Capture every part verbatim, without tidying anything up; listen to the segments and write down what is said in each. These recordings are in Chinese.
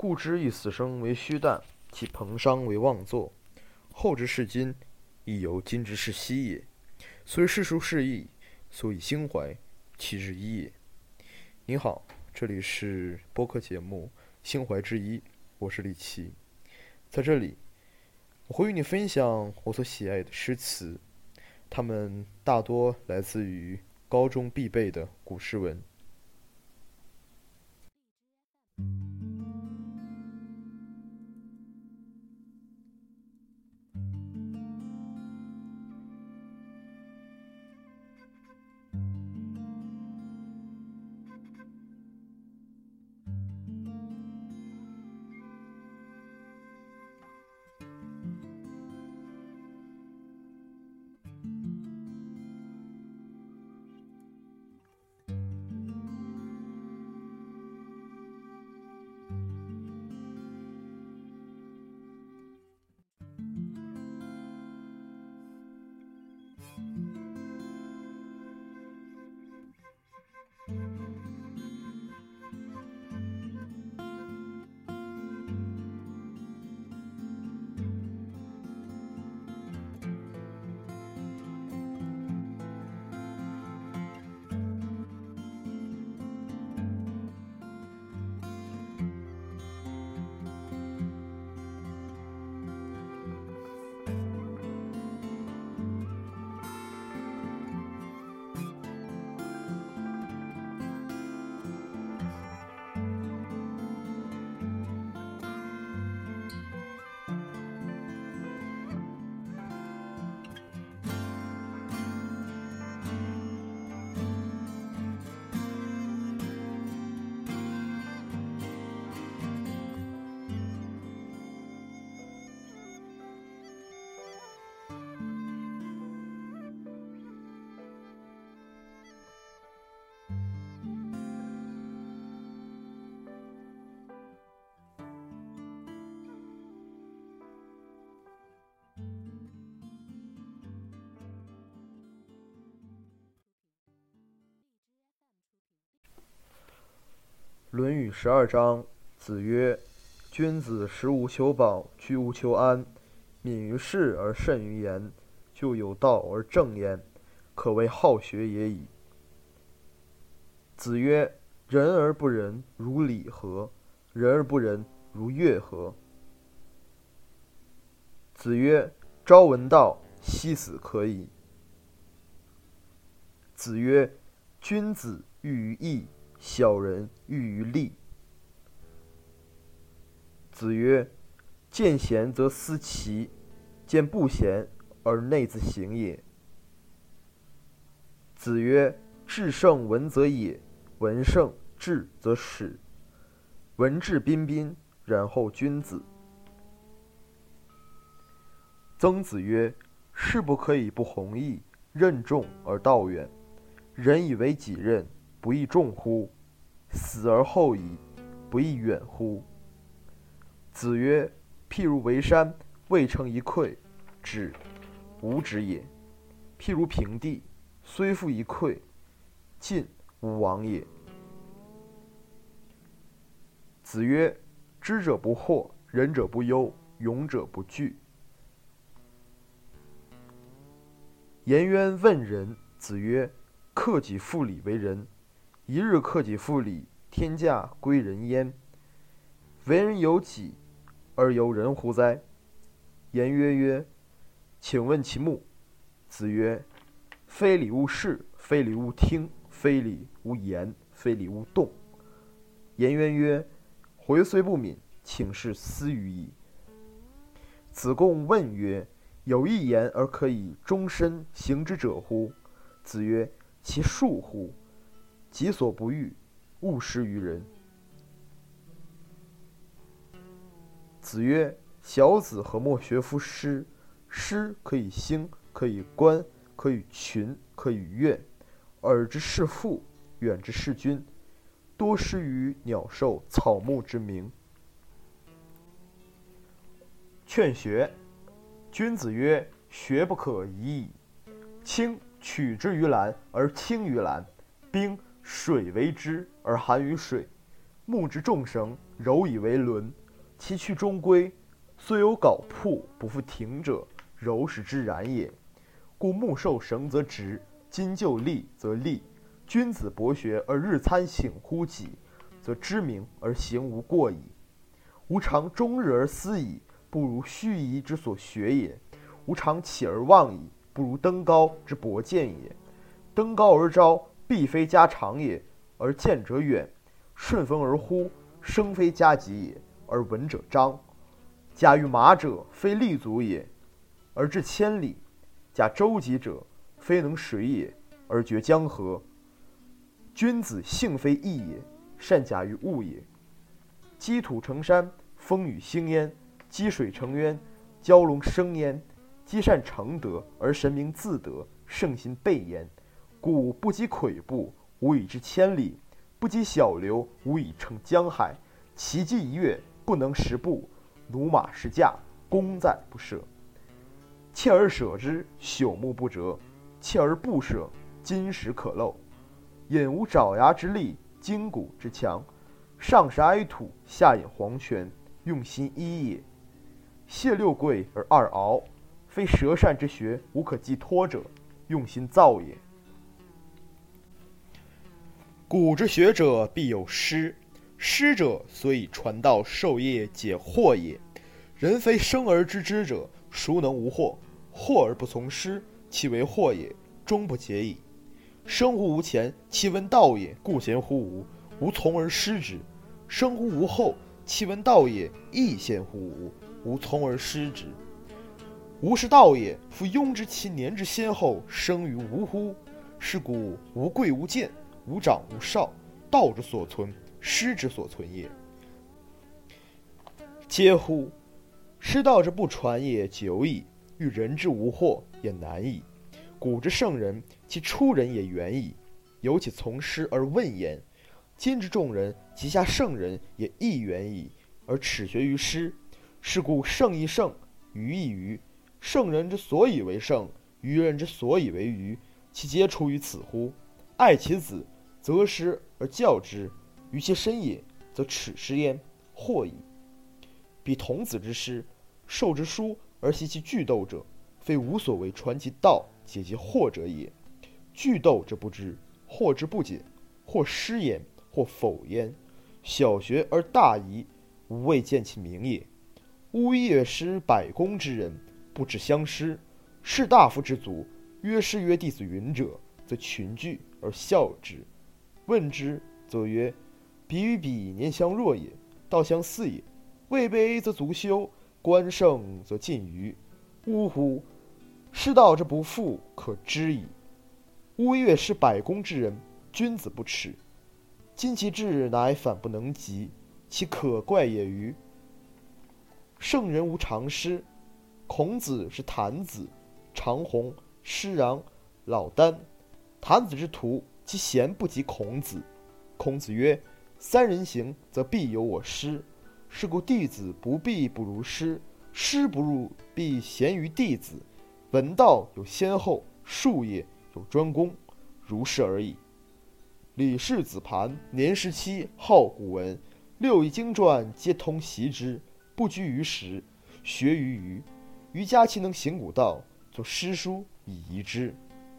故之以死生为虚诞，其彭殇为妄作。后之视今，亦犹今之视昔也。虽世殊事异，所以心怀其之一也。您好，这里是播客节目《心怀之一》，我是李琦。在这里，我会与你分享我所喜爱的诗词，它们大多来自于高中必备的古诗文。论语十二章，子曰：君子食无求饱，居无求安，敏于事而慎于言，就有道而正焉，可谓好学也已。子曰：人而不仁，如礼何？人而不仁，如乐何？子曰：朝闻道，夕死可矣。子曰：君子喻于义，小人喻于利。子曰：见贤则思齐，见不贤而内自省也。子曰：至圣文则野，文圣至则始。文质彬彬，然后君子。曾子曰：士不可以不弘毅，任重而道远。人以为己任，不亦重乎？死而后已，不亦远乎？子曰：譬如围山，未成一篑，止，无止也；譬如平地，虽覆一篑，进，无往也。子曰：知者不惑，仁者不忧，勇者不惧。颜渊问仁，子曰：克己复礼为仁。一日克己复礼，天下归仁焉。为人由己，而由人乎哉？颜渊曰：请问其目。子曰：非礼勿视，非礼勿听，非礼勿言，非礼勿动。颜渊曰：回虽不敏，请示思于矣。子贡问曰：有一言而可以终身行之者乎？子曰：其恕乎！己所不欲，勿施于人。子曰：小子何莫学夫诗？诗可以兴，可以观，可以群，可以悦。耳之视父，远之视君，多施于鸟兽草木之名。劝学。君子曰：学不可移矣。青取之于蓝而清于蓝，冰水为之而含于水，木之众绳， 柔以为伦，其去中规，虽有槁铺，不复挺者，柔使之然也。故木受绳则直，金就砺则利。君子博学而日参省乎己，则知明而行无过矣。吾尝终日而思矣，不如虚夷之所学也；吾尝起而望矣，不如登高之博见也。登高而招，必非家常也，而见者远；顺风而呼，声非家己也，而闻者彰。驾于马者，非立足也，而至千里；驾舟楫者，非能水也，而绝江河。君子性非异也，善假于物也。积土成山，风雨兴焉；积水成渊，蛟龙生焉。积善成德，而神明自得，圣心备焉。故不积跬步，无以至千里；不积小流，无以成江海。骐骥一跃，不能十步；驽马十驾，功在不赦。锲而舍之，朽木不折；锲而不舍，金石可镂。引无爪牙之利，筋骨之强。上是埃土，下引黄泉，用心一也。谢六贵而二敖，非舌善之学无可寄托者，用心造也。古之学者必有师，师者所以传道授业解惑也。人非生而知之者，孰能无惑？惑而不从师，其为惑也，终不解矣。生乎吾前，其闻道也，故贤乎吾，吾从而师之；生乎吾后，其闻道也，亦贤乎吾，吾从而师之。吾是道也，夫庸知其年之先后，生于吾乎？是故无贵无贱，无长无少，道之所存，师之所存也。嗟乎！师道之不传也久矣，欲人之无惑也难矣。古之圣人，其出人也远矣，由其从师而问焉。今之众人，其下圣人也亦远矣，而耻学于师。是故圣亦圣，愚亦愚。圣人之所以为圣，愚人之所以为愚，其皆出于此乎？爱其子，择师而教之；于其身也，则耻师焉，惑矣。彼童子之师，授之书而习其句斗者，非无所谓传其道解其惑者也。句斗之不知，惑之不谨，或失焉，或否焉。小学而大遗，无未见其明也。乌夜师百工之人，不知相师；士大夫之族，曰师曰弟子云者，则群聚而笑之。问之，则曰：彼与彼年相若也，道相似也。位卑则足羞，官盛则近谀。呜呼！师道之不复，可知矣。乌乐师百工之人，君子不耻。今其志乃反不能及，其可怪也歟。圣人无常师，孔子是谭子、长虹、施禳、老聃。谭子之徒，其贤不及孔子。孔子曰：三人行，则必有我师。是故弟子不必不如师，师不入必贤于弟子。文道有先后，术业有专攻，如是而已。李氏子盘年十七，好古文，六艺经传皆通习之，不拘于时，学于余。余家其能行古道，作诗书以遗之。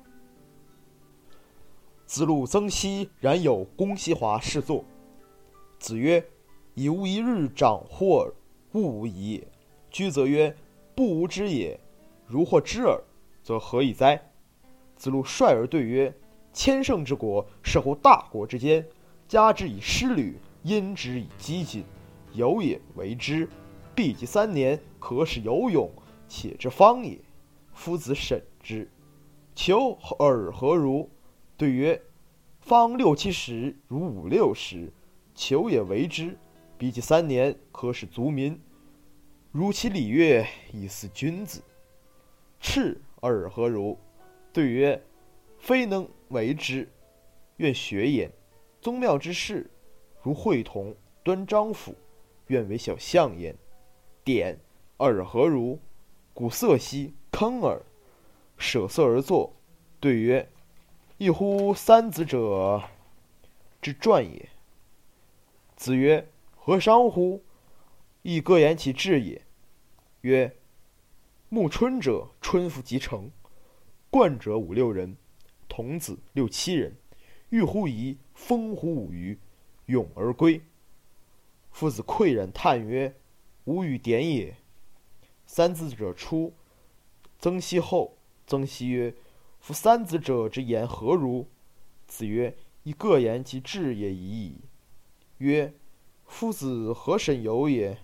子路曾皙，然有公西华侍坐。子曰：以吾一日长乎尔，物无疑也。居则曰：不吾知也。如或知耳，则何以哉？子路率而对曰：千乘之国，设乎大国之间，加之以师旅，因之以激进，有也为之。必及三年，可使有勇，且之方也。夫子审之，求尔何如？对曰：方六七十，如五六十，求也为之。必及三年，可使足民。如其礼乐，以似君子。赤尔何如？对曰：非能为之，愿学焉。宗庙之事，如会同、端章府，愿为小相焉。典尔何如？鼓瑟兮坑耳。舍色而坐。对曰：一乎三子者之传也。子曰： 何伤乎？亦各言其志也。曰：暮春者，春服即成，冠者五六人，童子六七人，欲乎沂，风乎舞雩，咏而归。夫子喟然叹曰：吾与点也。三子者出，曾皙后。曾皙曰：夫三子者之言何如？子曰：亦各言其志也已矣。曰：夫子何审由也？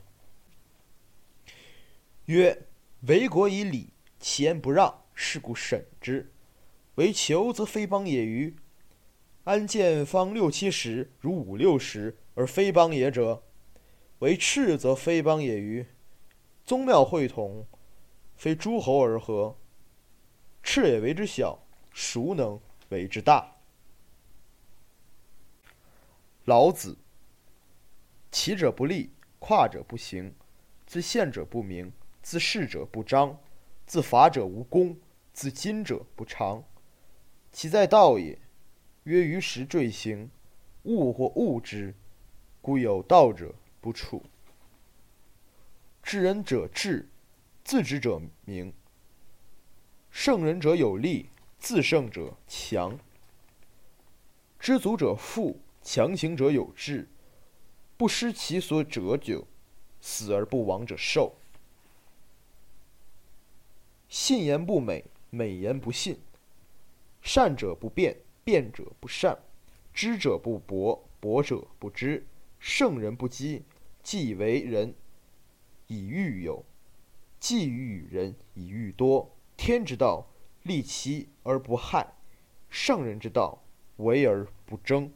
曰：为国以礼，其言不让，是故审之。为求则非邦也歟？安见方六七十，如五六十，而非邦也者？为赤则非邦也歟？宗庙会统，非诸侯而合。赤也为之小，孰能为之大？老子。齐者不立，跨者不行，自宪者不明，自事者不彰，自法者无功，自矜者不长。其在道也。曰于时坠行，物或恶之，故有道者不处。知人者智，自知者明。胜人者有力，自胜者强。知足者富，强行者有志。不失其所者久，死而不亡者寿。信言不美，美言不信。善者不辩，辩者不善。知者不博，博者不知。圣人不积，既以为人，以欲有；既欲与人，以欲多。天之道，利其而不害；圣人之道，为而不争。